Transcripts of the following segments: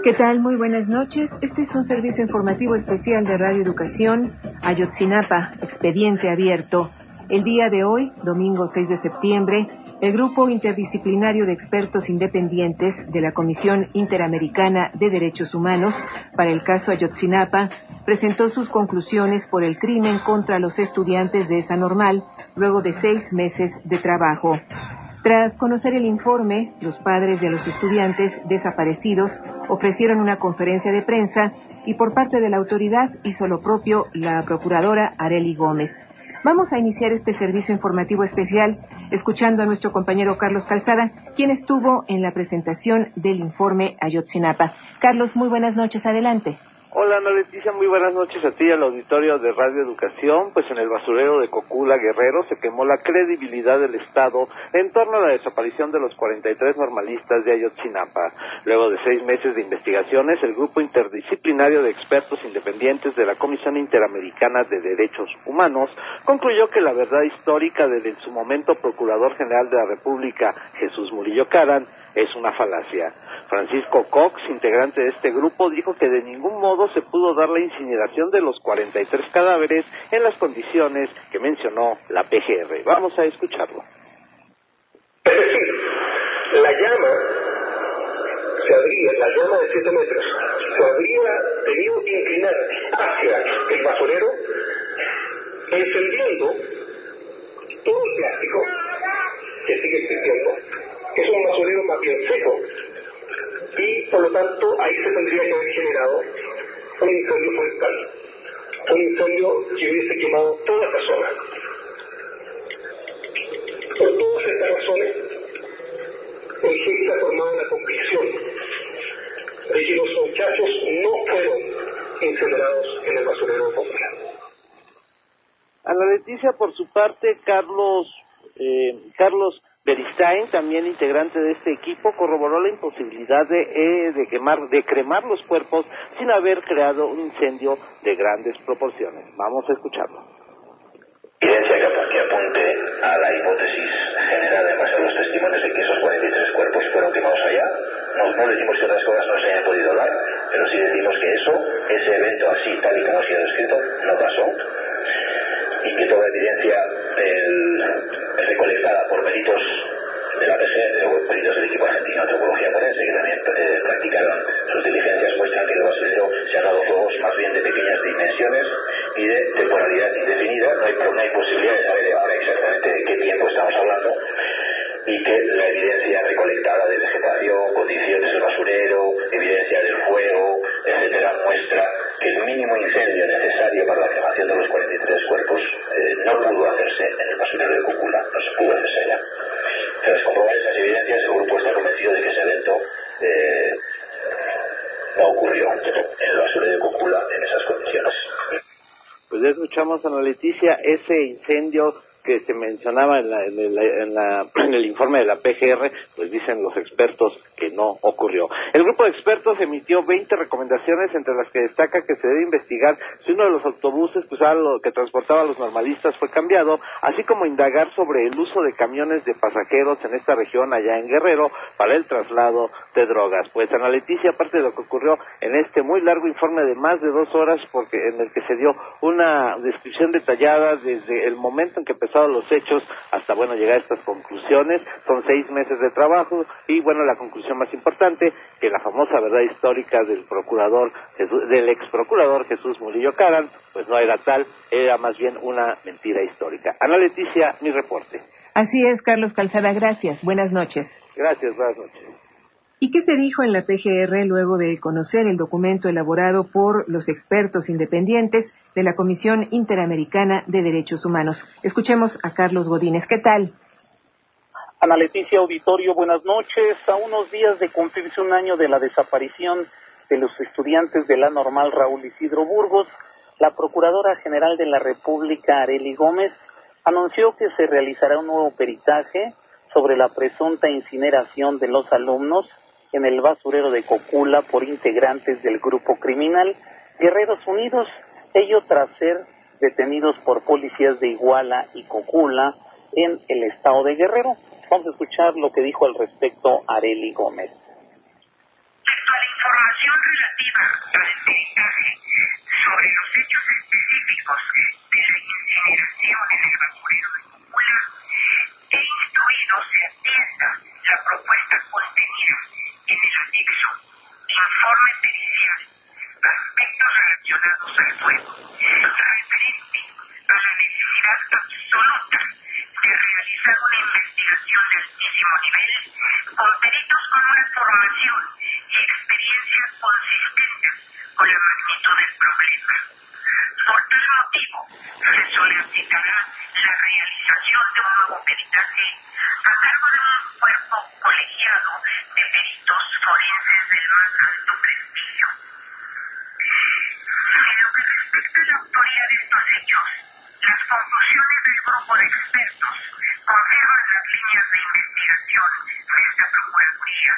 ¿Qué tal? Muy buenas noches. Este es un servicio informativo especial de Radio Educación, Ayotzinapa, expediente abierto. El día de hoy, domingo 6 de septiembre, el Grupo Interdisciplinario de Expertos Independientes de la Comisión Interamericana de Derechos Humanos para el caso Ayotzinapa presentó sus conclusiones por el crimen contra los estudiantes de esa normal luego de 6 meses de trabajo. Tras conocer el informe, los padres de los estudiantes desaparecidos ofrecieron una conferencia de prensa y por parte de la autoridad hizo lo propio la procuradora Arely Gómez. Vamos a iniciar este servicio informativo especial escuchando a nuestro compañero Carlos Calzada, quien estuvo en la presentación del informe Ayotzinapa. Carlos, muy buenas noches, adelante. Hola Ana Leticia, muy buenas noches a ti y al auditorio de Radio Educación. Pues en el basurero de Cocula, Guerrero, se quemó la credibilidad del Estado en torno a la desaparición de los 43 normalistas de Ayotzinapa. Luego de 6 meses de investigaciones, el Grupo Interdisciplinario de Expertos Independientes de la Comisión Interamericana de Derechos Humanos concluyó que la verdad histórica del en su momento Procurador General de la República, Jesús Murillo Caram, es una falacia. Francisco Cox, integrante de este grupo, dijo que de ningún modo se pudo dar la incineración de los 43 cadáveres en las condiciones que mencionó la PGR. Vamos a escucharlo. Es decir, la llama de 7 metros, se habría tenido que inclinar hacia el basurero, encendiendo todo el plástico que sigue existiendo. Es un basurero más bien seco y por lo tanto ahí se tendría que haber generado un incendio forestal, un incendio que hubiese quemado toda esta zona. Por todas estas razones, el juez ha formado la convicción de que los muchachos no fueron incinerados en el basurero popular. Ana Leticia, por su parte, Carlos Beristain, también integrante de este equipo, corroboró la imposibilidad de cremar los cuerpos sin haber creado un incendio de grandes proporciones. Vamos a escucharlo. Evidencia que apunte a la hipótesis generada en base a los testimonios de que esos 43 cuerpos fueron quemados allá. No decimos que otras cosas no se hayan podido dar, pero sí decimos que ese evento así, tal y como ha sido descrito, no pasó, y que toda evidencia recolectada por peritos de la PGR o peritos del equipo argentino de antropología forense que también practicaron sus diligencias muestran que el basurero se han dado fuegos más bien de pequeñas dimensiones y de temporalidad indefinida. No hay posibilidad de saber ahora exactamente de qué tiempo estamos hablando, y que la evidencia recolectada de vegetación, condiciones del basurero, evidencia del fuego, etcétera, muestra que el mínimo incendio necesario para la quemación de los 43 cuerpos no pudo hacerse en el basurero de Cocula, no se pudo hacerse allá. Tras comprobar esas evidencias, el grupo está convencido de que ese evento no ocurrió en el basurero de Cocula en esas condiciones. Pues ya escuchamos, Ana Leticia, ese incendio que se mencionaba en el informe de la PGR, pues dicen los expertos que no ocurrió. El grupo de expertos emitió 20 recomendaciones, entre las que destaca que se debe investigar si uno de los autobuses que transportaba a los normalistas fue cambiado, así como indagar sobre el uso de camiones de pasajeros en esta región allá en Guerrero para el traslado de drogas. Pues Ana Leticia, aparte de lo que ocurrió en este muy largo informe de más de 2 horas, en el que se dio una descripción detallada desde el momento en que empezaron los hechos hasta, llegar a estas conclusiones, son 6 meses de trabajo y, la conclusión más importante, que la famosa verdad histórica del ex procurador Jesús Murillo Caram, pues no era tal, era más bien una mentira histórica. Ana Leticia, mi reporte. Así es, Carlos Calzada, gracias. Buenas noches. Gracias, buenas noches. ¿Y qué se dijo en la PGR luego de conocer el documento elaborado por los expertos independientes de la Comisión Interamericana de Derechos Humanos? Escuchemos a Carlos Godínez. ¿Qué tal? Ana Leticia, auditorio, buenas noches. A unos días de cumplirse 1 año de la desaparición de los estudiantes de la normal Raúl Isidro Burgos, la Procuradora General de la República, Arely Gómez, anunció que se realizará un nuevo peritaje sobre la presunta incineración de los alumnos en el basurero de Cocula por integrantes del grupo criminal Guerreros Unidos, ello tras ser detenidos por policías de Iguala y Cocula en el estado de Guerrero. Vamos a escuchar lo que dijo al respecto Arely Gómez. Respecto a la información hechos específicos de la incineración en el basurero de Cúpula, he instruido se atienda la propuesta contenida en el anexo Informe Pericial, aspectos relacionados al fuego, referente a la necesidad absoluta de realizar una investigación de altísimo nivel con peritos con una formación y experiencia consistentes con la magnitud del problema. Por tal motivo, se solicitará la realización de un nuevo peritaje a cargo de un cuerpo colegiado de peritos forenses del más alto prestigio. En lo que respecta a la autoría de estos hechos, las conclusiones del grupo de expertos confirman las líneas de investigación de esta Procuraduría.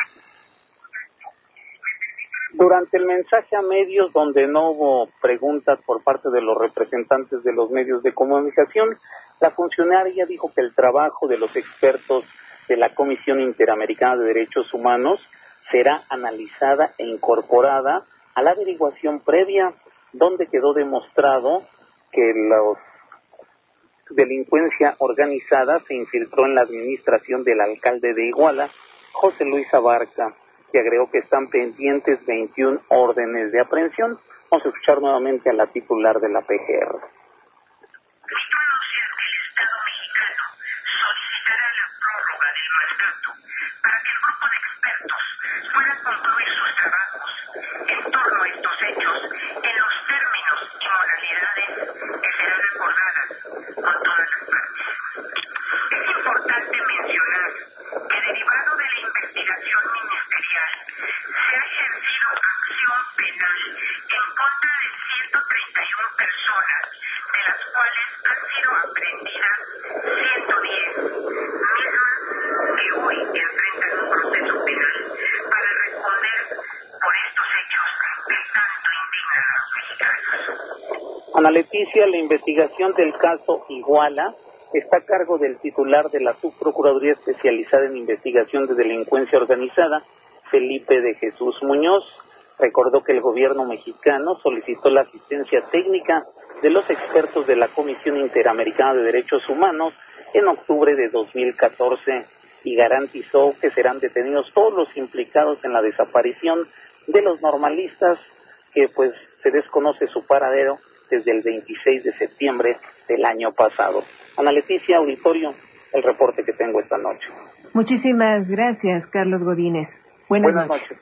Durante el mensaje a medios, donde no hubo preguntas por parte de los representantes de los medios de comunicación, la funcionaria dijo que el trabajo de los expertos de la Comisión Interamericana de Derechos Humanos será analizada e incorporada a la averiguación previa, donde quedó demostrado que la delincuencia organizada se infiltró en la administración del alcalde de Iguala, José Luis Abarca, que agregó que están pendientes 21 órdenes de aprehensión. Vamos a escuchar nuevamente a la titular de la PGR. Ana Leticia, la investigación del caso Iguala está a cargo del titular de la Subprocuraduría Especializada en Investigación de Delincuencia Organizada, Felipe de Jesús Muñoz. Recordó que el gobierno mexicano solicitó la asistencia técnica de los expertos de la Comisión Interamericana de Derechos Humanos en octubre de 2014 y garantizó que serán detenidos todos los implicados en la desaparición de los normalistas, que pues se desconoce su paradero desde el 26 de septiembre del año pasado. Ana Leticia, auditorio, el reporte que tengo esta noche. Muchísimas gracias, Carlos Godínez. Buenas noches.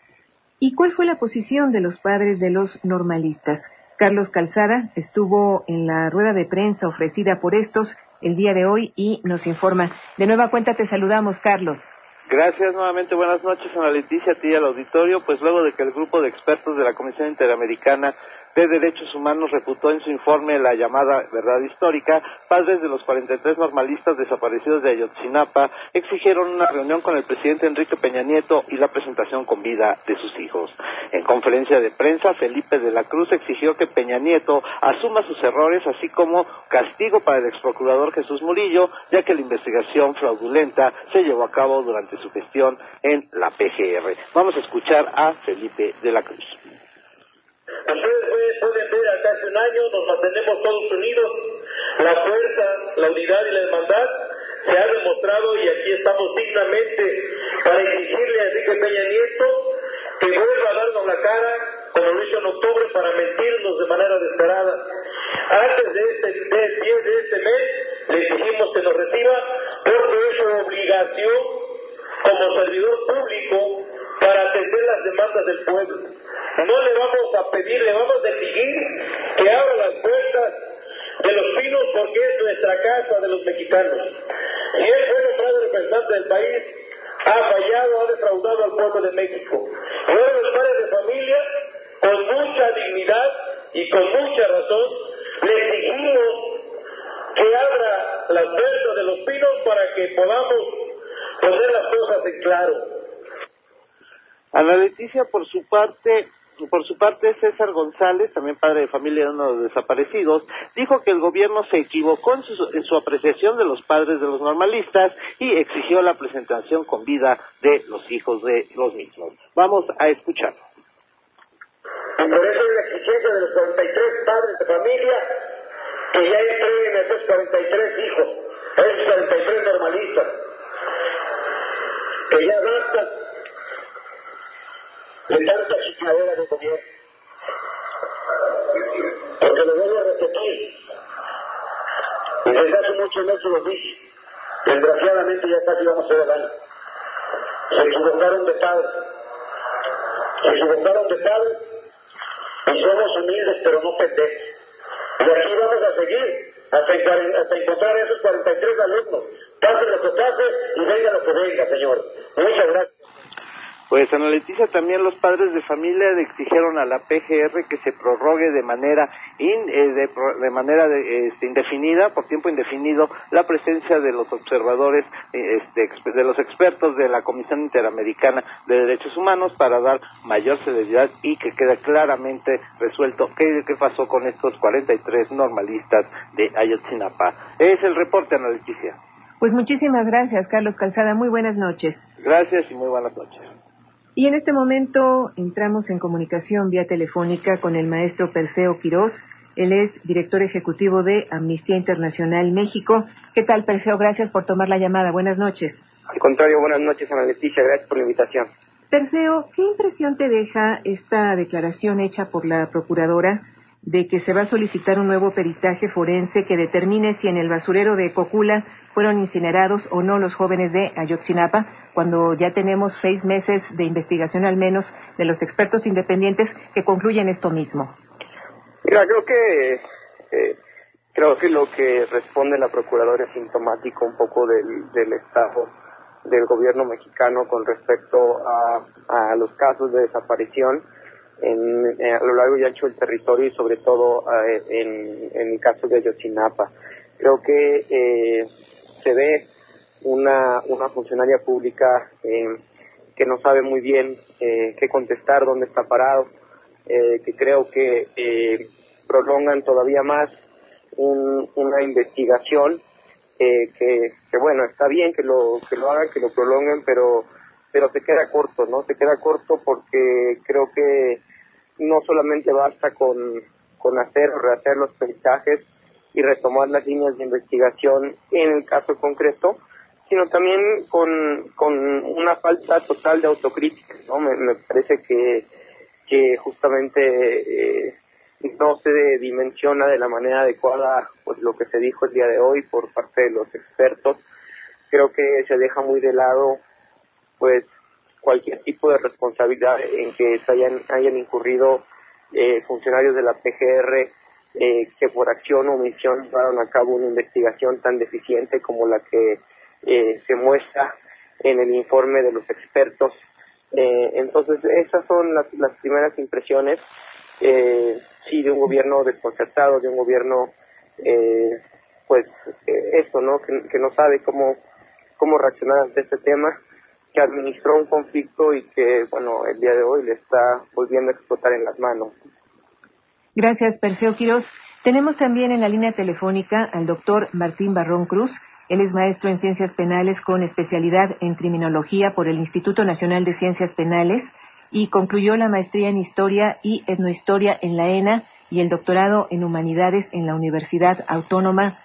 ¿Y cuál fue la posición de los padres de los normalistas? Carlos Calzada estuvo en la rueda de prensa ofrecida por estos el día de hoy y nos informa. De nueva cuenta te saludamos, Carlos. Gracias nuevamente, buenas noches, Ana Leticia, a ti y al auditorio. Pues luego de que el grupo de expertos de la Comisión Interamericana de Derechos Humanos refutó en su informe la llamada verdad histórica, padres de los 43 normalistas desaparecidos de Ayotzinapa exigieron una reunión con el presidente Enrique Peña Nieto y la presentación con vida de sus hijos. En conferencia de prensa, Felipe de la Cruz exigió que Peña Nieto asuma sus errores, así como castigo para el exprocurador Jesús Murillo, ya que la investigación fraudulenta se llevó a cabo durante su gestión en la PGR. Vamos a escuchar a Felipe de la Cruz. Ustedes pueden ver, acá hace un año nos mantenemos todos unidos, la fuerza, la unidad y la hermandad se ha demostrado y aquí estamos dignamente para exigirle a Enrique Peña Nieto que vuelva a darnos la cara, como lo hizo en octubre, para mentirnos de manera descarada. Antes del 10 de este mes le exigimos que nos reciba porque es su obligación como servidor público para atender las demandas del pueblo. No le vamos a pedir, le vamos a exigir que abra las puertas de Los Pinos porque es nuestra casa de los mexicanos. Si él fue nombrado representante del país, ha fallado, ha defraudado al pueblo de México. Y ahora los padres de familia, con mucha dignidad y con mucha razón, le exigimos que abra las puertas de Los Pinos para que podamos poner las cosas en claro. Ana Leticia, por su parte, César González, también padre de familia de uno de los desaparecidos, dijo que el gobierno se equivocó en su apreciación de los padres de los normalistas y exigió la presentación con vida de los hijos de los mismos. Vamos a escucharlo. Y por eso le conciencia de los 43 padres de familia que ya entreguen a esos 43 hijos, a esos 43 normalistas, que ya basta de tanta chifladera de gobierno. Porque lo voy a repetir, y desde hace muchos meses lo dije, desgraciadamente ya casi vamos a ver el año. Se equivocaron de padre, y somos humildes pero no pendejos. Y aquí vamos a seguir hasta encontrar a esos 43 alumnos. Pase lo que pase y venga lo que venga, señor. Muchas gracias. Pues Ana Leticia, también los padres de familia le exigieron a la PGR que se prorrogue de manera indefinida, por tiempo indefinido, la presencia de los observadores, de los expertos de la Comisión Interamericana de Derechos Humanos para dar mayor celeridad y que quede claramente resuelto qué pasó con estos 43 normalistas de Ayotzinapa. Es el reporte, Ana Leticia. Pues muchísimas gracias, Carlos Calzada. Muy buenas noches. Gracias y muy buenas noches. Y en este momento entramos en comunicación vía telefónica con el maestro Perseo Quirós. Él es director ejecutivo de Amnistía Internacional México. ¿Qué tal, Perseo? Gracias por tomar la llamada. Buenas noches. Al contrario, buenas noches, Ana Leticia. Gracias por la invitación. Perseo, ¿qué impresión te deja esta declaración hecha por la procuradora de que se va a solicitar un nuevo peritaje forense que determine si en el basurero de Cocula fueron incinerados o no los jóvenes de Ayotzinapa, cuando ya tenemos 6 meses de investigación al menos de los expertos independientes que concluyen esto mismo? Mira, creo que lo que responde la procuradora es sintomático un poco del estado del gobierno mexicano con respecto a los casos de desaparición a lo largo y ancho del territorio y sobre todo en el caso de Ayotzinapa. Creo que se ve una funcionaria pública que no sabe muy bien qué contestar, dónde está parado, que creo que prolongan todavía más una investigación que bueno, está bien que lo hagan, que lo prolonguen, pero se queda corto, ¿no? Se queda corto porque creo que no solamente basta con hacer o rehacer los peritajes y retomar las líneas de investigación en el caso concreto, sino también con una falta total de autocrítica, ¿no? Me parece que justamente no se dimensiona de la manera adecuada pues lo que se dijo el día de hoy por parte de los expertos. Creo que se deja muy de lado pues cualquier tipo de responsabilidad en que se hayan incurrido funcionarios de la PGR que por acción o omisión llevaron a cabo una investigación tan deficiente como la que se muestra en el informe de los expertos. Entonces esas son las primeras impresiones, sí, de un gobierno desconcertado, de un gobierno eso, ¿no? Que no sabe cómo reaccionar ante este tema, que administró un conflicto y que, bueno, el día de hoy le está volviendo a explotar en las manos. Gracias, Perseo Quirós. Tenemos también en la línea telefónica al doctor Martín Barrón Cruz. Él es maestro en Ciencias Penales con especialidad en Criminología por el Instituto Nacional de Ciencias Penales y concluyó la maestría en Historia y Etnohistoria en la ENA y el doctorado en Humanidades en la Universidad Autónoma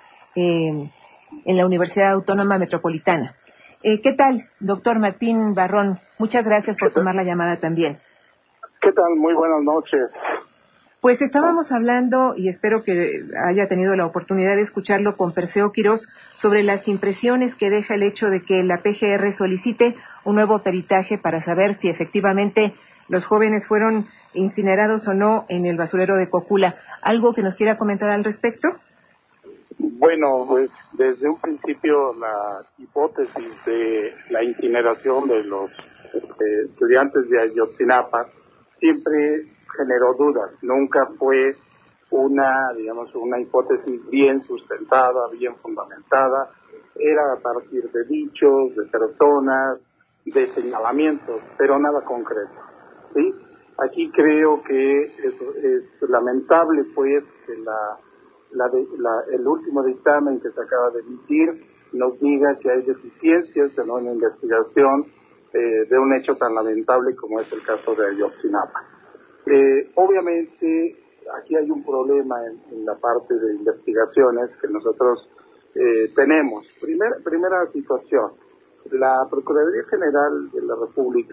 Metropolitana. ¿Qué tal, doctor Martín Barrón? Muchas gracias por tomar la llamada también. ¿Qué tal? Muy buenas noches. Pues estábamos hablando, y espero que haya tenido la oportunidad de escucharlo con Perseo Quirós, sobre las impresiones que deja el hecho de que la PGR solicite un nuevo peritaje para saber si efectivamente los jóvenes fueron incinerados o no en el basurero de Cocula. ¿Algo que nos quiera comentar al respecto? Bueno, pues desde un principio la hipótesis de la incineración de los estudiantes de Ayotzinapa siempre generó dudas. Nunca fue una hipótesis bien sustentada, bien fundamentada. Era a partir de dichos, de personas, de señalamientos, pero nada concreto, ¿sí? Aquí creo que es lamentable, pues, que el último dictamen que se acaba de emitir nos diga que hay deficiencias en una investigación de un hecho tan lamentable como es el caso de Ayotzinapa. Obviamente aquí hay un problema en la parte de investigaciones que nosotros tenemos. Primera situación, la Procuraduría General de la República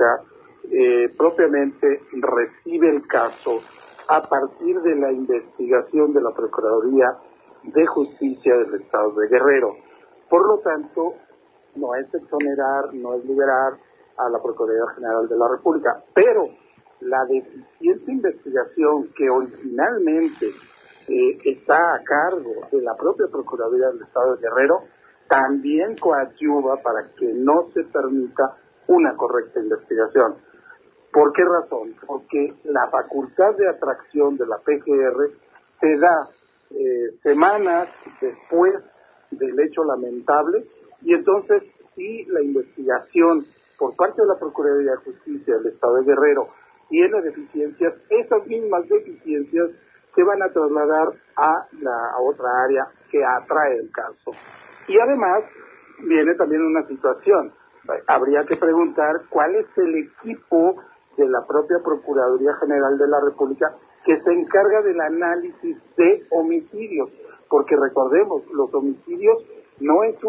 propiamente recibe el caso a partir de la investigación de la Procuraduría de Justicia del Estado de Guerrero. Por lo tanto, no es exonerar, no es liberar a la Procuraduría General de la República, pero la deficiente investigación que originalmente está a cargo de la propia Procuraduría del Estado de Guerrero también coadyuva para que no se permita una correcta investigación. ¿Por qué razón? Porque la facultad de atracción de la PGR se da semanas después del hecho lamentable, y entonces si la investigación por parte de la Procuraduría de Justicia del Estado de Guerrero tiene deficiencias, esas mismas deficiencias se van a trasladar a la otra área que atrae el caso. Y además viene también una situación, habría que preguntar cuál es el equipo de la propia Procuraduría General de la República que se encarga del análisis de homicidios, porque recordemos, los homicidios no es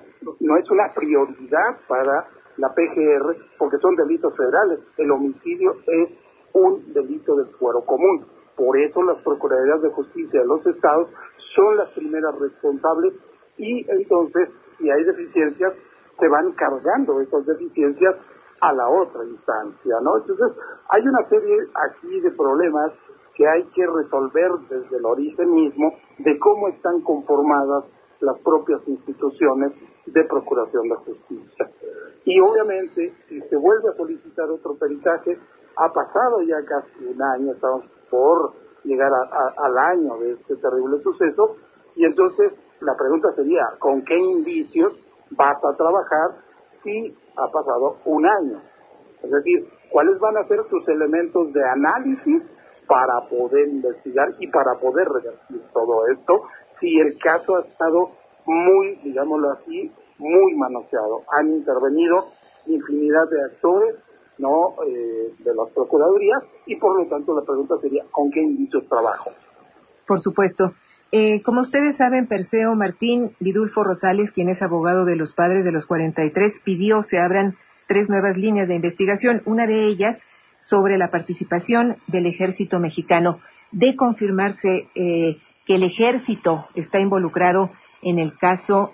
una prioridad para la PGR porque son delitos federales. El homicidio es un delito del fuero común. Por eso las Procuradurías de Justicia de los estados son las primeras responsables, y entonces si hay deficiencias se van cargando esas deficiencias a la otra instancia, ¿no? Entonces hay una serie aquí de problemas que hay que resolver desde el origen mismo de cómo están conformadas las propias instituciones de procuración de justicia. Y obviamente, si se vuelve a solicitar otro peritaje, ha pasado ya casi un año, estamos por llegar al año de este terrible suceso, y entonces la pregunta sería, ¿con qué indicios vas a trabajar si ha pasado un año? Es decir, ¿cuáles van a ser tus elementos de análisis para poder investigar y para poder revertir todo esto si el caso ha estado muy, digámoslo así, muy manoseado? Han intervenido infinidad de actores, ¿no?, de las procuradurías, y por lo tanto la pregunta sería, ¿con qué indicios trabajo? Por supuesto. Como ustedes saben, Perseo Martín Vidulfo Rosales, quien es abogado de los padres de los 43, pidió se abran 3 nuevas líneas de investigación, una de ellas sobre la participación del ejército mexicano. De confirmarse que el ejército está involucrado en el caso,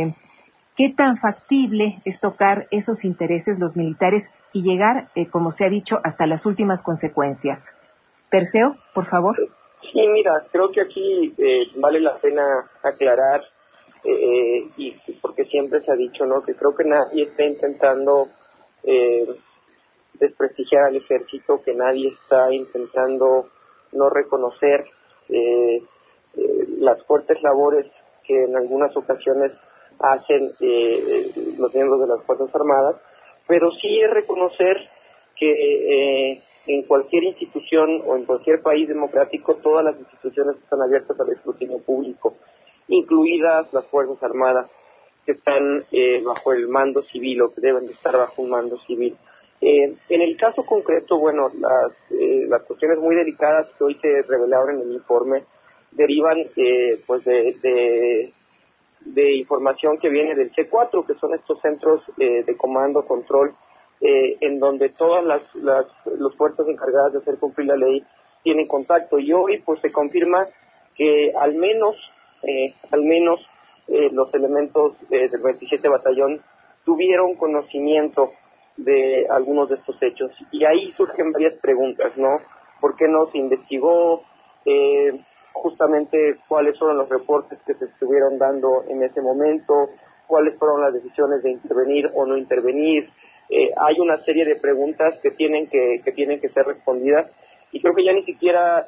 ¿qué tan factible es tocar esos intereses los militares y llegar, como se ha dicho, hasta las últimas consecuencias? Perseo, por favor. Sí, mira, creo que aquí vale la pena aclarar, y porque siempre se ha dicho, ¿no?, que creo que nadie está intentando desprestigiar al ejército, que nadie está intentando no reconocer las fuertes labores que en algunas ocasiones hacen los miembros de las Fuerzas Armadas, pero sí es reconocer que en cualquier institución o en cualquier país democrático todas las instituciones están abiertas al escrutinio público, incluidas las Fuerzas Armadas, que están bajo el mando civil o que deben de estar bajo un mando civil. En el caso concreto, bueno, las cuestiones muy delicadas que hoy se revelaron en el informe derivan pues de información que viene del C4, que son estos centros de comando, control, en donde todas las fuerzas encargadas de hacer cumplir la ley tienen contacto, y hoy pues se confirma que al menos los elementos del 27 Batallón tuvieron conocimiento de algunos de estos hechos, y ahí surgen varias preguntas, ¿no? ¿Por qué no se investigó? Justamente cuáles fueron los reportes que se estuvieron dando en ese momento, cuáles fueron las decisiones de intervenir o no intervenir. Hay una serie de preguntas que tienen que ser respondidas, y creo que ya ni siquiera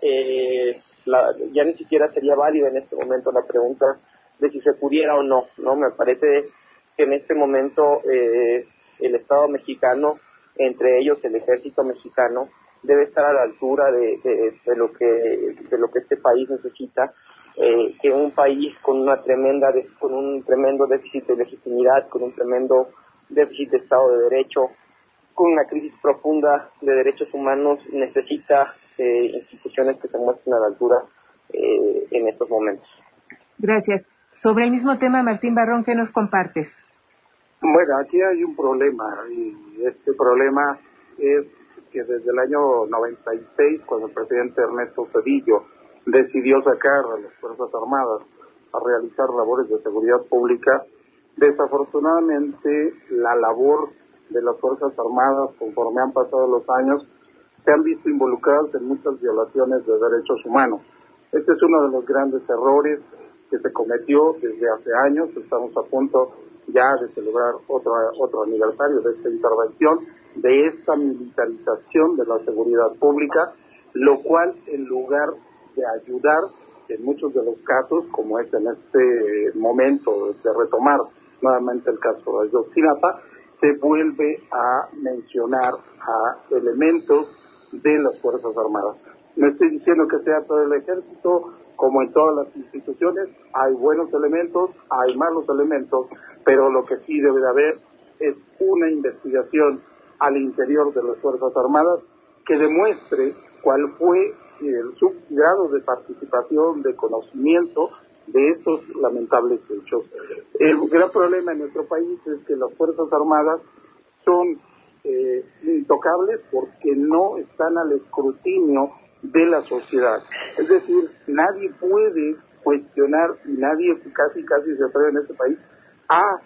sería válida en este momento la pregunta de si se pudiera o no. Me parece que en este momento el Estado mexicano, entre ellos el Ejército mexicano, debe estar a la altura de lo que este país necesita, que un país con un tremendo déficit de legitimidad, con un tremendo déficit de Estado de Derecho, con una crisis profunda de derechos humanos, necesita instituciones que se muestren a la altura en estos momentos. Gracias. Sobre el mismo tema, Martín Barrón, ¿qué nos compartes? Bueno, aquí hay un problema, y este problema es que desde el año 96, cuando el presidente Ernesto Zedillo decidió sacar a las Fuerzas Armadas a realizar labores de seguridad pública, desafortunadamente la labor de las Fuerzas Armadas, conforme han pasado los años, se han visto involucradas en muchas violaciones de derechos humanos. Este es uno de los grandes errores que se cometió desde hace años. Estamos a punto ya de celebrar otro aniversario de esta intervención, de esta militarización de la seguridad pública, lo cual, en lugar de ayudar en muchos de los casos, como es en este momento de retomar nuevamente el caso de Ayotzinapa, se vuelve a mencionar a elementos de las Fuerzas Armadas. No estoy diciendo que sea todo el ejército, como en todas las instituciones, hay buenos elementos, hay malos elementos, pero lo que sí debe de haber es una investigación al interior de las Fuerzas Armadas que demuestre cuál fue su grado de participación, de conocimiento de estos lamentables hechos. El gran problema en nuestro país es que las Fuerzas Armadas son intocables porque no están al escrutinio de la sociedad. Es decir, nadie puede cuestionar y nadie casi se atreve en este país a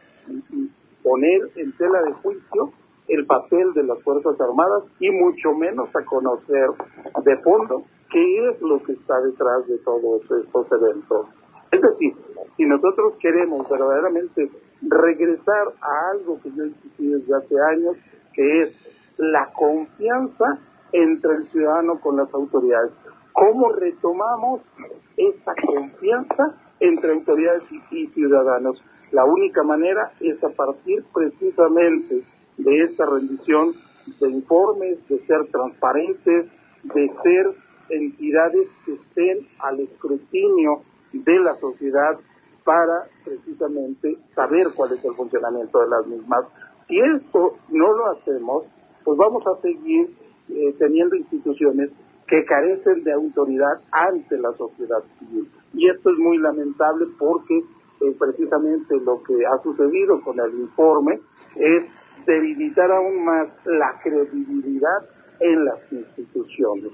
poner en tela de juicio el papel de las Fuerzas Armadas y mucho menos a conocer de fondo qué es lo que está detrás de todos estos eventos. Es decir, si nosotros queremos verdaderamente regresar a algo que yo insistí desde hace años, que es la confianza entre el ciudadano con las autoridades. ¿Cómo retomamos esa confianza entre autoridades y ciudadanos? La única manera es a partir precisamente de esta rendición de informes, de ser transparentes, de ser entidades que estén al escrutinio de la sociedad para precisamente saber cuál es el funcionamiento de las mismas. Si esto no lo hacemos, pues vamos a seguir teniendo instituciones que carecen de autoridad ante la sociedad civil. Y esto es muy lamentable porque precisamente lo que ha sucedido con el informe es debilitar aún más la credibilidad en las instituciones.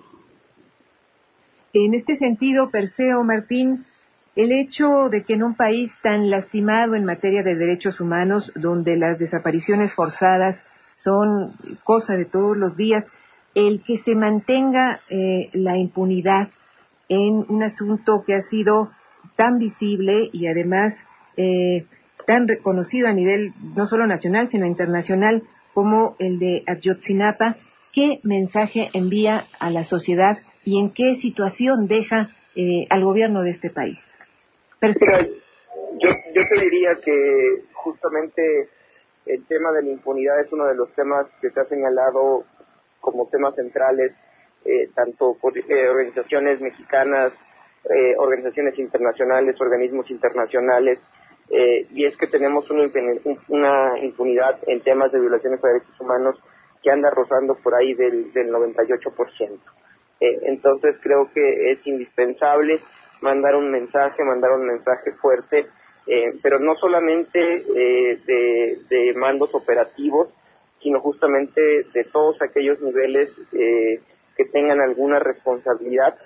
En este sentido, Perseo, Martín, el hecho de que en un país tan lastimado en materia de derechos humanos, donde las desapariciones forzadas son cosa de todos los días, el que se mantenga la impunidad en un asunto que ha sido tan visible y además tan reconocido a nivel no solo nacional, sino internacional, como el de Ayotzinapa, ¿qué mensaje envía a la sociedad y en qué situación deja al gobierno de este país? Mira, yo te diría que justamente el tema de la impunidad es uno de los temas que se ha señalado como temas centrales, tanto por organizaciones mexicanas, organizaciones internacionales, organismos internacionales, y es que tenemos una impunidad en temas de violaciones de derechos humanos que anda rozando por ahí del 98%. Entonces creo que es indispensable mandar un mensaje fuerte, pero no solamente de mandos operativos, sino justamente de todos aquellos niveles que tengan alguna responsabilidad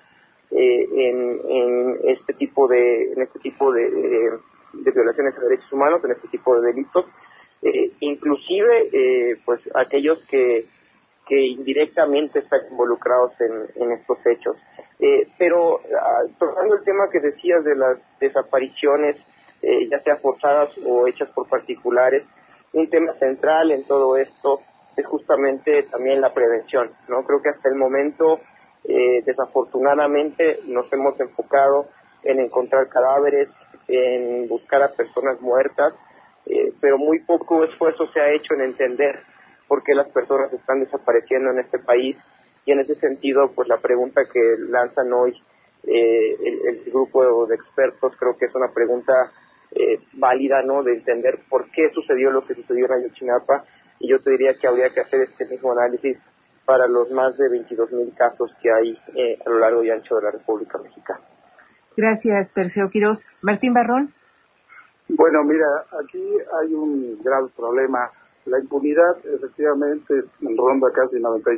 en este tipo de violaciones de derechos humanos, en este tipo de delitos, inclusive pues aquellos que indirectamente están involucrados en estos hechos. Pero tocando el tema que decías de las desapariciones, ya sea forzadas o hechas por particulares, un tema central en todo esto es justamente también la prevención, ¿no? Creo que hasta el momento, desafortunadamente, nos hemos enfocado en encontrar cadáveres, en buscar a personas muertas, pero muy poco esfuerzo se ha hecho en entender por qué las personas están desapareciendo en este país, y en ese sentido, pues la pregunta que lanzan hoy el grupo de expertos creo que es una pregunta válida, ¿no?, de entender por qué sucedió lo que sucedió en Ayotzinapa, y yo te diría que habría que hacer este mismo análisis para los más de 22,000 casos que hay a lo largo y ancho de la República Mexicana. Gracias, Perseo Quirós. Martín Barrón. Bueno, mira, aquí hay un grave problema. La impunidad efectivamente ronda casi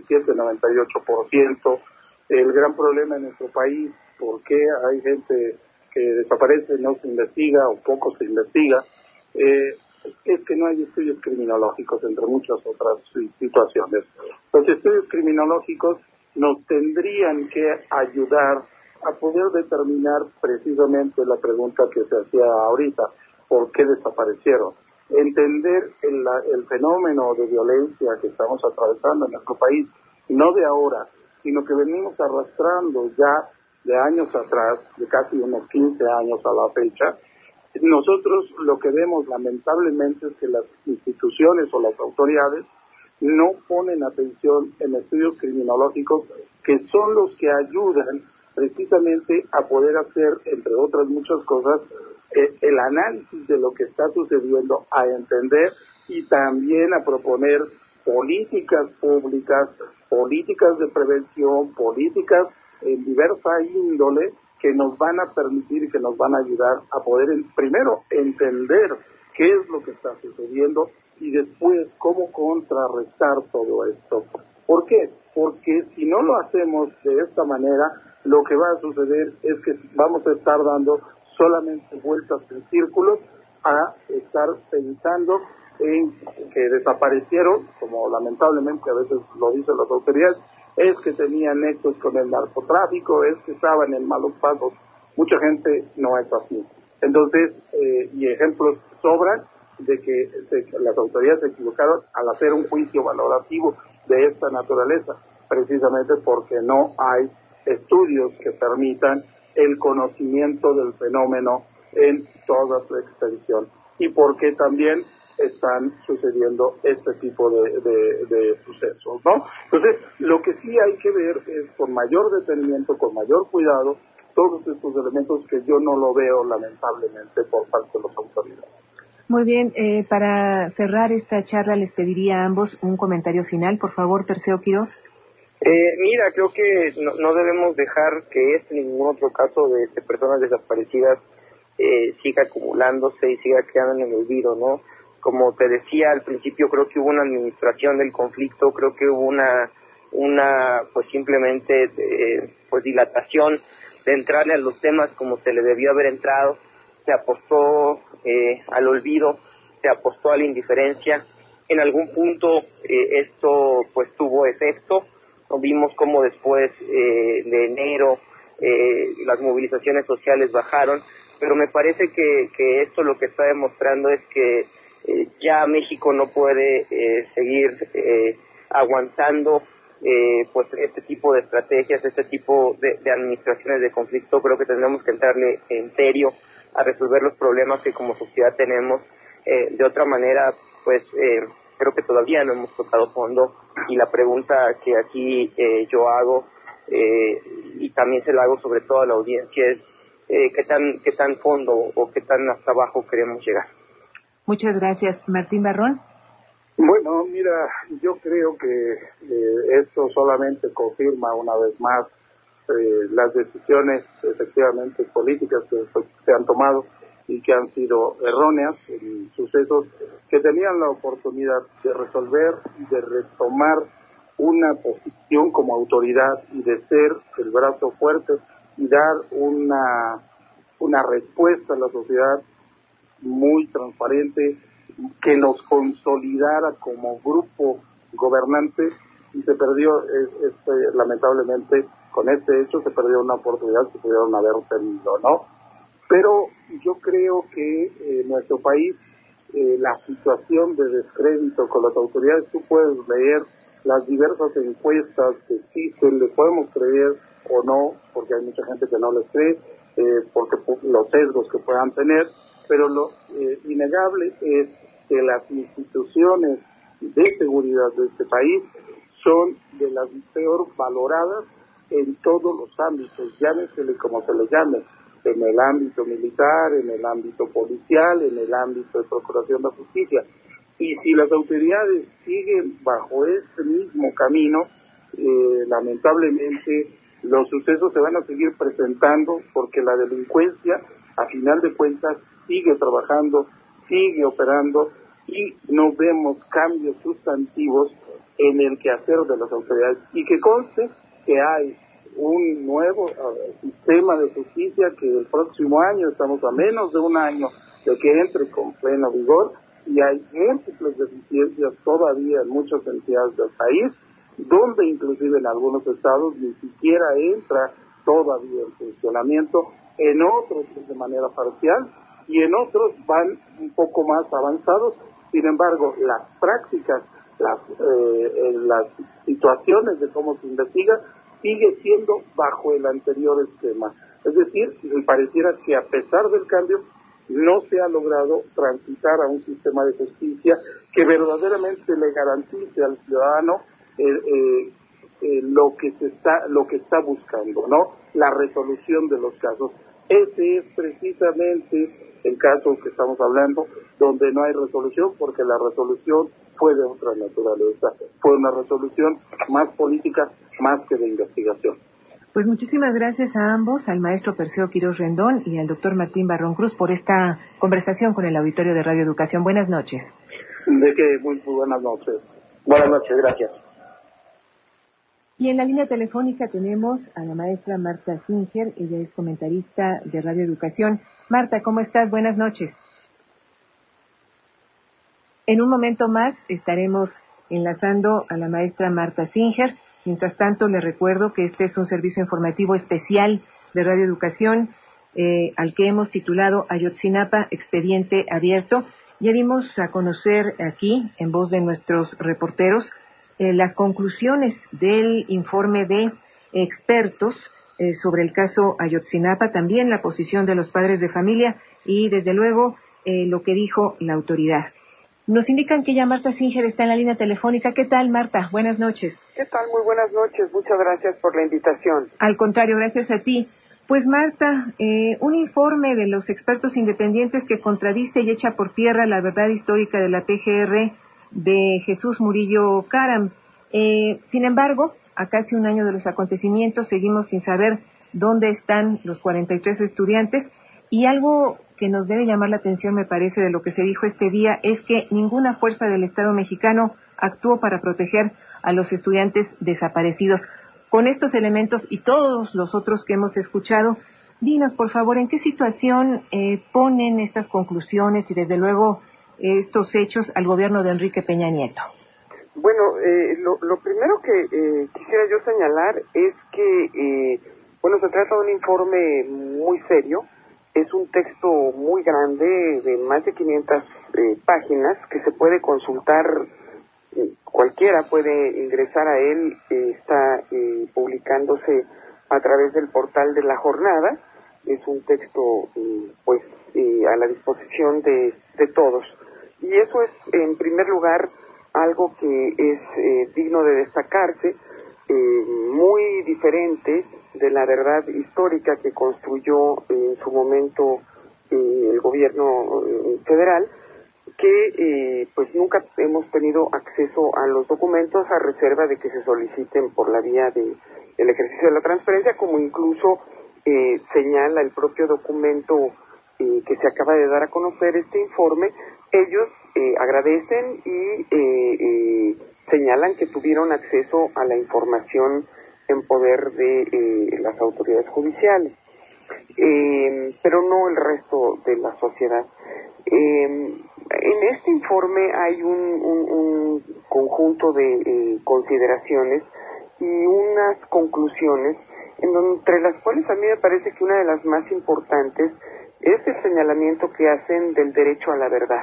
97-98%. El gran problema en nuestro país, ¿por qué hay gente que desaparece, no se investiga o poco se investiga? Es que no hay estudios criminológicos, entre muchas otras situaciones. Los estudios criminológicos nos tendrían que ayudar a poder determinar precisamente la pregunta que se hacía ahorita: ¿por qué desaparecieron? Entender el fenómeno de violencia que estamos atravesando en nuestro país, no de ahora, sino que venimos arrastrando ya de años atrás, de casi unos 15 años a la fecha. Nosotros lo que vemos lamentablemente es que las instituciones o las autoridades no ponen atención en estudios criminológicos, que son los que ayudan precisamente a poder hacer, entre otras muchas cosas, el análisis de lo que está sucediendo, a entender y también a proponer políticas públicas, políticas de prevención, políticas en diversa índole, que nos van a permitir y que nos van a ayudar a poder primero entender qué es lo que está sucediendo y después cómo contrarrestar todo esto. ¿Por qué? Porque si no lo hacemos de esta manera, lo que va a suceder es que vamos a estar dando solamente vueltas en círculos, a estar pensando en que desaparecieron, como lamentablemente a veces lo dicen las autoridades, es que tenían nexos con el narcotráfico, es que estaban en malos pasos. Mucha gente no es así. Entonces, y ejemplos sobran de que las autoridades se equivocaron al hacer un juicio valorativo de esta naturaleza, precisamente porque no hay estudios que permitan el conocimiento del fenómeno en toda su extensión, y porque también están sucediendo este tipo de sucesos, ¿no? Entonces, lo que sí hay que ver es con mayor detenimiento, con mayor cuidado, todos estos elementos que yo no lo veo, lamentablemente, por parte de las autoridades. Muy bien, para cerrar esta charla les pediría a ambos un comentario final, por favor, Perseo Quirós. Mira, creo que no debemos dejar que este y ningún otro caso de personas desaparecidas siga acumulándose y siga quedando en el olvido, ¿no? Como te decía al principio, creo que hubo una administración del conflicto, creo que hubo una pues simplemente pues dilatación de entrarle a los temas como se le debió haber entrado. Se apostó al olvido, se apostó a la indiferencia. En algún punto esto pues tuvo efecto. Vimos cómo después de enero las movilizaciones sociales bajaron, pero me parece que esto lo que está demostrando es que ya México no puede seguir aguantando pues este tipo de estrategias, este tipo de administraciones de conflicto. Creo que tendremos que entrarle en serio a resolver los problemas que como sociedad tenemos. De otra manera, pues creo que todavía no hemos tocado fondo, y la pregunta que aquí yo hago y también se la hago sobre todo a la audiencia es qué tan fondo o qué tan hasta abajo queremos llegar. Muchas gracias. Martín Barrón. Bueno, mira, yo creo que esto solamente confirma una vez más las decisiones efectivamente políticas que se han tomado y que han sido erróneas en sucesos que tenían la oportunidad de resolver y de retomar una posición como autoridad y de ser el brazo fuerte y dar una respuesta a la sociedad muy transparente, que nos consolidara como grupo gobernante, y se perdió, lamentablemente, con este hecho se perdió una oportunidad que pudieron haber tenido, ¿no? Pero yo creo que en nuestro país la situación de descrédito con las autoridades, tú puedes leer las diversas encuestas que existen, le podemos creer o no, porque hay mucha gente que no les cree, porque los sesgos que puedan tener, pero lo innegable es que las instituciones de seguridad de este país son de las peor valoradas en todos los ámbitos, llámesele como se le llame, en el ámbito militar, en el ámbito policial, en el ámbito de procuración de justicia. Y si las autoridades siguen bajo este mismo camino, lamentablemente los sucesos se van a seguir presentando porque la delincuencia, a final de cuentas, sigue trabajando, sigue operando y no vemos cambios sustantivos en el quehacer de las autoridades. Y que conste que hay un nuevo sistema de justicia que el próximo año, estamos a menos de un año de que entre con pleno vigor, y hay múltiples deficiencias todavía en muchas entidades del país, donde inclusive en algunos estados ni siquiera entra todavía el funcionamiento, en otros de manera parcial y en otros van un poco más avanzados. Sin embargo, las prácticas, las situaciones de cómo se investiga sigue siendo bajo el anterior esquema. Es decir, me pareciera que a pesar del cambio no se ha logrado transitar a un sistema de justicia que verdaderamente le garantice al ciudadano lo que está buscando, ¿no? La resolución de los casos. Ese es precisamente el caso que estamos hablando, donde no hay resolución, porque la resolución fue de otra naturaleza, fue una resolución más política, más que de investigación. Pues muchísimas gracias a ambos, al maestro Perseo Quirós Rendón y al doctor Martín Barrón Cruz, por esta conversación con el auditorio de Radio Educación. Buenas noches. Muy buenas noches. Buenas noches, gracias. Y en la línea telefónica tenemos a la maestra Marta Singer, ella es comentarista de Radio Educación. Marta, ¿cómo estás? Buenas noches. En un momento más estaremos enlazando a la maestra Marta Singer. Mientras tanto, le recuerdo que este es un servicio informativo especial de Radio Educación, al que hemos titulado Ayotzinapa, expediente abierto. Ya dimos a conocer aquí, en voz de nuestros reporteros, las conclusiones del informe de expertos sobre el caso Ayotzinapa, también la posición de los padres de familia y, desde luego, lo que dijo la autoridad. Nos indican que ya Marta Singer está en la línea telefónica. ¿Qué tal, Marta? Buenas noches. ¿Qué tal? Muy buenas noches. Muchas gracias por la invitación. Al contrario, gracias a ti. Pues, Marta, un informe de los expertos independientes que contradice y echa por tierra la verdad histórica de la PGR de Jesús Murillo Caram. Sin embargo, a casi un año de los acontecimientos, seguimos sin saber dónde están los 43 estudiantes, y algo que nos debe llamar la atención, me parece, de lo que se dijo este día, es que ninguna fuerza del Estado mexicano actuó para proteger a los estudiantes desaparecidos. Con estos elementos y todos los otros que hemos escuchado, dinos, por favor, ¿en qué situación ponen estas conclusiones y, desde luego, estos hechos al gobierno de Enrique Peña Nieto? Bueno, lo primero que quisiera yo señalar es que, se trata de un informe muy serio. Es un texto muy grande, de más de 500 páginas, que se puede consultar, cualquiera puede ingresar a él, está publicándose a través del portal de La Jornada. Es un texto, a la disposición de todos. Y eso es, en primer lugar, algo que es digno de destacarse, muy diferente de la verdad histórica que construyó en su momento el gobierno federal, que nunca hemos tenido acceso a los documentos, a reserva de que se soliciten por la vía del ejercicio de la transparencia, como incluso señala el propio documento que se acaba de dar a conocer, este informe. Ellos agradecen y señalan que tuvieron acceso a la información en poder de las autoridades judiciales, pero no el resto de la sociedad. En este informe hay un conjunto de consideraciones y unas conclusiones, entre las cuales a mí me parece que una de las más importantes es el señalamiento que hacen del derecho a la verdad.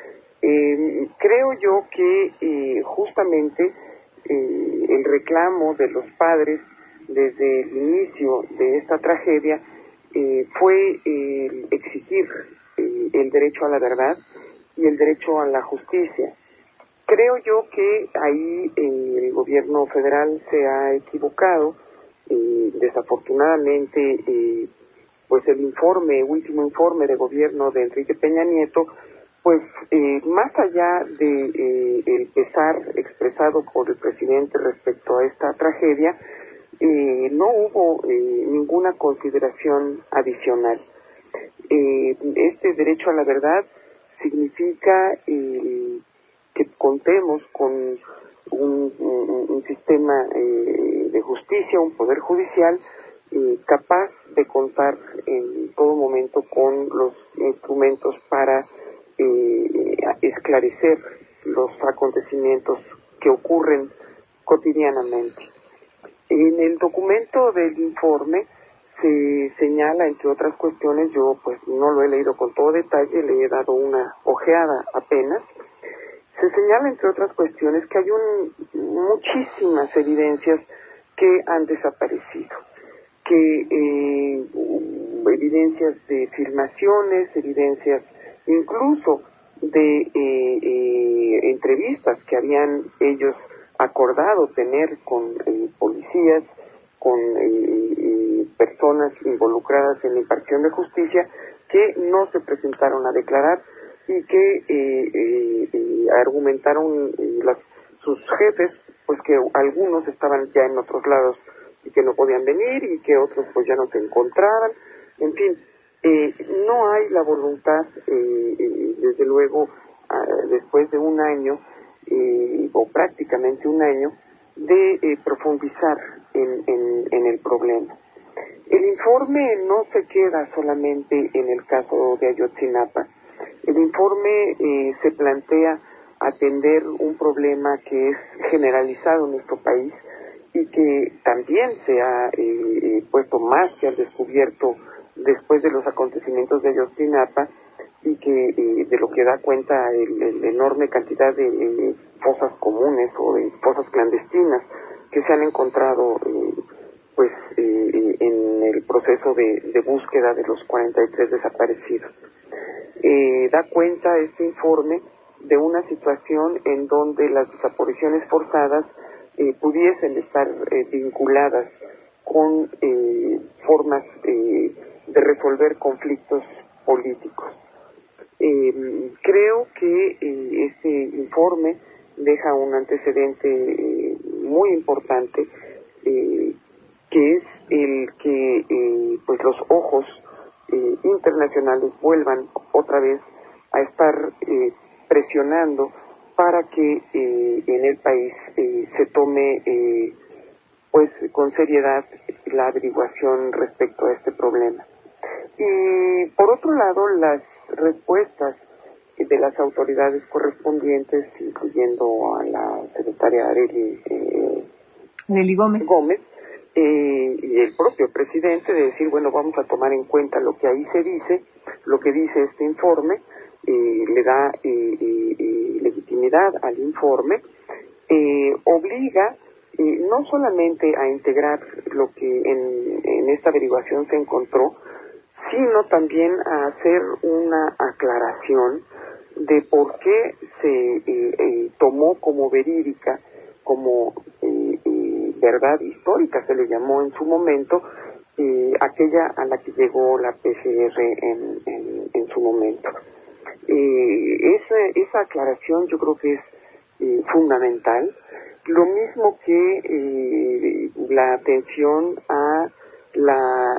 Creo yo que justamente el reclamo de los padres desde el inicio de esta tragedia fue exigir el derecho a la verdad y el derecho a la justicia. Creo yo que ahí el gobierno federal se ha equivocado. Desafortunadamente, el último informe de gobierno de Enrique Peña Nieto pues más allá de el pesar expresado por el presidente respecto a esta tragedia, no hubo ninguna consideración adicional. Este derecho a la verdad significa que contemos con un sistema de justicia, un poder judicial capaz de contar en todo momento con los instrumentos para esclarecer los acontecimientos que ocurren cotidianamente. En el documento del informe se señala, entre otras cuestiones, yo pues no lo he leído con todo detalle, le he dado una ojeada apenas. Se señala, entre otras cuestiones, que hay muchísimas evidencias que han desaparecido, que evidencias de filmaciones, evidencias incluso de entrevistas que habían ellos acordado tener con policías, con personas involucradas en la impartición de justicia, que no se presentaron a declarar y que argumentaron sus jefes, pues que algunos estaban ya en otros lados y que no podían venir y que otros pues ya no se encontraban. En fin, no hay la voluntad, desde luego, después de un año, o prácticamente un año, de profundizar en el problema. El informe no se queda solamente en el caso de Ayotzinapa. El informe se plantea atender un problema que es generalizado en nuestro país y que también se ha puesto más que al descubierto después de los acontecimientos de Ayotzinapa, y que de lo que da cuenta la enorme cantidad de fosas comunes o de fosas clandestinas que se han encontrado en el proceso de búsqueda de los 43 desaparecidos. Da cuenta este informe de una situación en donde las desapariciones forzadas pudiesen estar vinculadas con formas de resolver conflictos políticos. Creo que este informe deja un antecedente muy importante, que es el que pues los ojos internacionales vuelvan otra vez a estar presionando para que en el país se tome pues con seriedad la averiguación respecto a este problema. Y por otro lado, las respuestas de las autoridades correspondientes, incluyendo a la secretaria Arely Gómez, y el propio presidente, de decir, bueno, vamos a tomar en cuenta lo que ahí se dice, lo que dice este informe, le da legitimidad al informe, obliga no solamente a integrar lo que en esta averiguación se encontró, sino también a hacer una aclaración de por qué se tomó como verídica, como verdad histórica se le llamó en su momento, aquella a la que llegó la PGR en su momento. Esa aclaración yo creo que es fundamental, lo mismo que la atención a la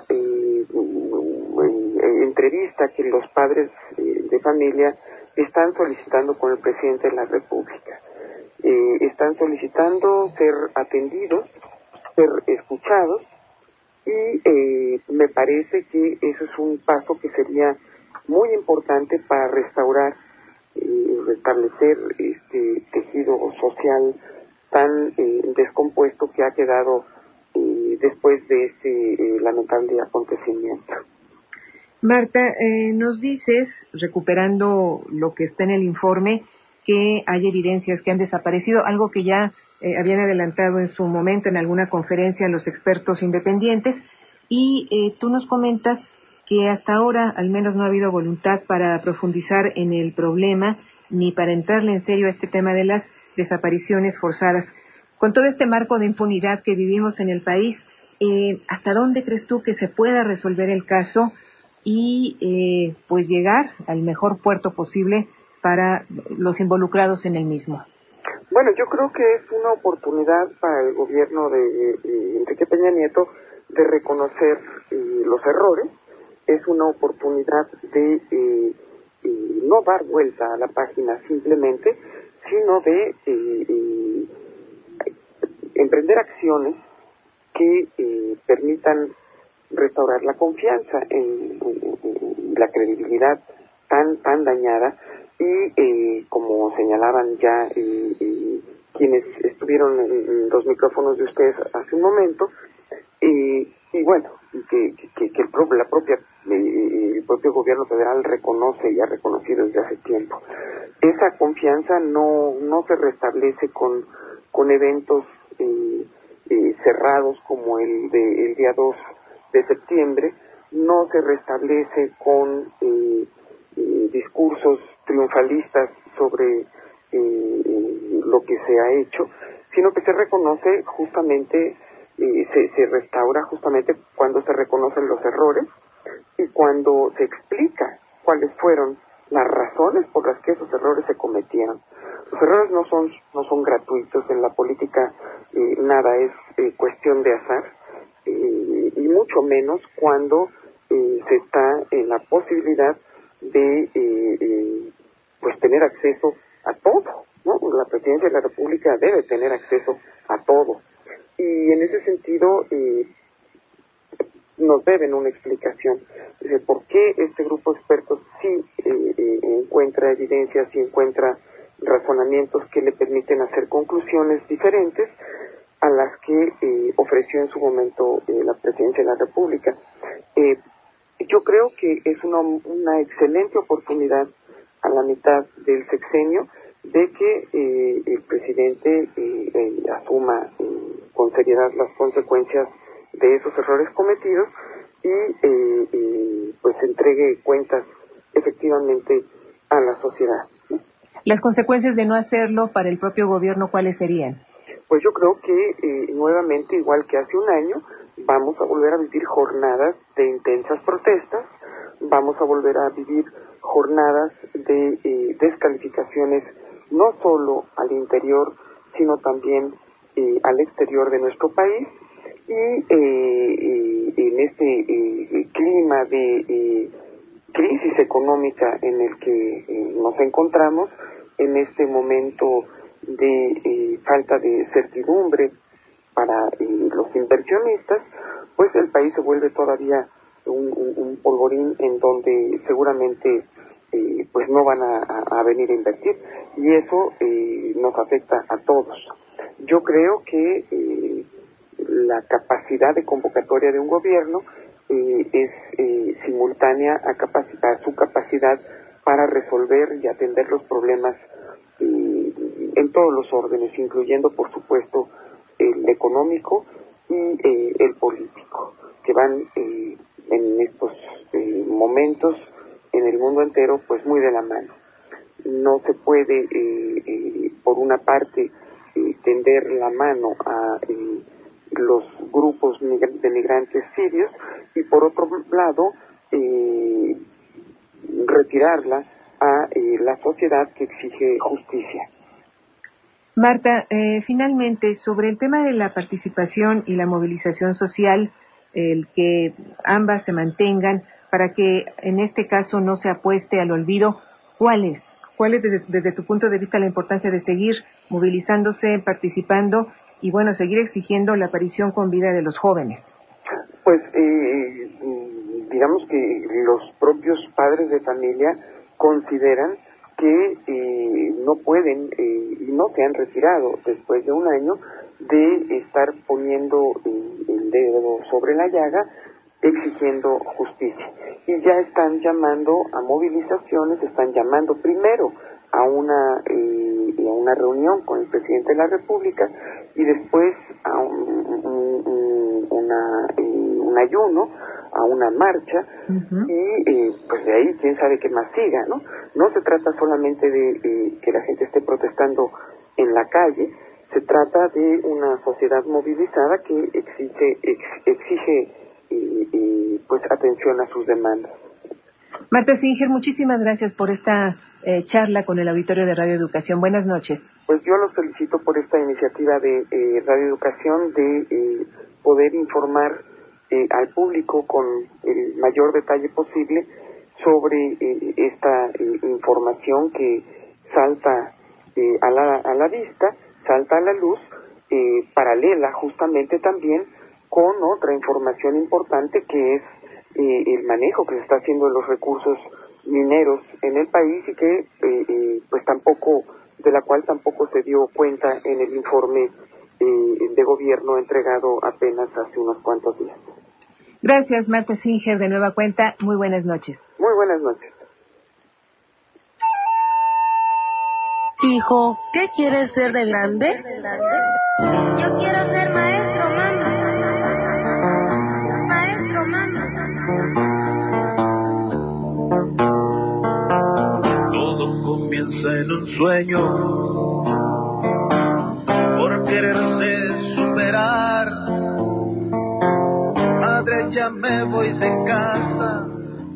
entrevista que los padres de familia están solicitando con el presidente de la República. Están solicitando ser atendidos, ser escuchados, y me parece que eso es un paso que sería muy importante para restaurar, restablecer este tejido social tan descompuesto que ha quedado después de este lamentable acontecimiento. Marta, nos dices, recuperando lo que está en el informe, que hay evidencias que han desaparecido, algo que ya habían adelantado en su momento en alguna conferencia los expertos independientes, y tú nos comentas que hasta ahora al menos no ha habido voluntad para profundizar en el problema ni para entrarle en serio a este tema de las desapariciones forzadas. Con todo este marco de impunidad que vivimos en el país, ¿hasta dónde crees tú que se pueda resolver el caso y pues llegar al mejor puerto posible para los involucrados en el mismo? Bueno, yo creo que es una oportunidad para el gobierno de Enrique Peña Nieto de reconocer los errores. Es una oportunidad de no dar vuelta a la página simplemente, sino de emprender acciones que permitan restaurar la confianza en la credibilidad tan dañada y como señalaban ya quienes estuvieron en los micrófonos de ustedes hace un momento, y bueno, que el propio gobierno federal reconoce y ha reconocido desde hace tiempo. Esa confianza no se restablece con eventos cerrados como el día 2 de septiembre, no se restablece con discursos triunfalistas sobre lo que se ha hecho, sino que se reconoce justamente, se restaura justamente cuando se reconocen los errores y cuando se explica cuáles fueron las razones por las que esos errores se cometieron. Los errores no son gratuitos. En la política nada es cuestión de azar, y mucho menos cuando se está en la posibilidad de pues tener acceso a todo, ¿no? La presidencia de la República debe tener acceso a todo, y en ese sentido nos deben una explicación de por qué este grupo de expertos sí encuentra evidencias, sí encuentra razonamientos que le permiten hacer conclusiones diferentes a las que ofreció en su momento la presidencia de la República. Yo creo que es una excelente oportunidad a la mitad del sexenio de que el presidente asuma con seriedad las consecuencias de esos errores cometidos y pues entregue cuentas efectivamente a la sociedad. Las consecuencias de no hacerlo para el propio gobierno, ¿cuáles serían? Pues yo creo que nuevamente, igual que hace un año, vamos a volver a vivir jornadas de intensas protestas, vamos a volver a vivir jornadas de descalificaciones no solo al interior, sino también al exterior de nuestro país, y en este clima de crisis económica en el que nos encontramos, en este momento de falta de certidumbre para los inversionistas, pues el país se vuelve todavía un polvorín en donde seguramente pues no van a venir a invertir, y eso nos afecta a todos. Yo creo que la capacidad de convocatoria de un gobierno es simultánea a su capacidad para resolver y atender los problemas en todos los órdenes, incluyendo por supuesto el económico y el político, que van en estos momentos en el mundo entero pues muy de la mano. No se puede por una parte tender la mano a los grupos de migrantes sirios y por otro lado retirarla a la sociedad que exige justicia. Marta, finalmente, sobre el tema de la participación y la movilización social, el que ambas se mantengan para que en este caso no se apueste al olvido, ¿cuál es desde tu punto de vista la importancia de seguir movilizándose, participando y bueno, seguir exigiendo la aparición con vida de los jóvenes? Pues digamos que los propios padres de familia consideran que no pueden y no se han retirado después de un año de estar poniendo el dedo sobre la llaga, exigiendo justicia. Y ya están llamando a movilizaciones, están llamando primero a una reunión con el presidente de la República y después a un ayuno, a una marcha, y pues de ahí quién sabe qué más siga, ¿no? No se trata solamente de que la gente esté protestando en la calle, se trata de una sociedad movilizada que exige pues atención a sus demandas. Marta Singer, muchísimas gracias por esta charla con el auditorio de Radio Educación. Buenas noches. Pues yo los felicito por esta iniciativa de Radio Educación de poder informar al público con el mayor detalle posible sobre esta información que salta a la vista, salta a la luz, paralela justamente también con otra información importante que es el manejo que se está haciendo de los recursos mineros en el país y que de la cual tampoco se dio cuenta en el informe de gobierno entregado apenas hace unos cuantos días. Gracias, Marta Singer, de nueva cuenta. Muy buenas noches. Muy buenas noches. Hijo, ¿qué quieres ser de grande? Yo quiero ser maestro, mamá. Maestro, mamá. Todo comienza en un sueño, por quererse superar. Madre, ya me voy de casa,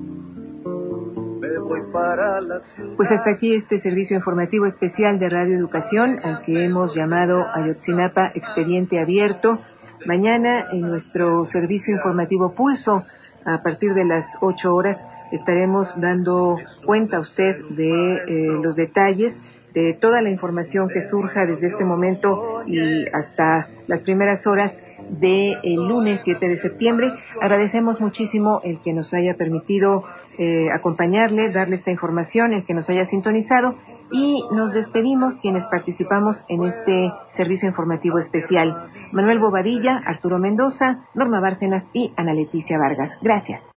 me voy para la ciudad. Pues hasta aquí este servicio informativo especial de Radio Educación, al que hemos llamado Ayotzinapa Expediente Abierto. Mañana en nuestro servicio informativo Pulso, a partir de las 8 horas, estaremos dando cuenta a usted de los detalles de toda la información que surja desde este momento y hasta las primeras horas del lunes 7 de septiembre. Agradecemos muchísimo el que nos haya permitido acompañarle, darle esta información, el que nos haya sintonizado, y nos despedimos quienes participamos en este servicio informativo especial: Manuel Bobadilla, Arturo Mendoza, Norma Bárcenas y Ana Leticia Vargas. Gracias.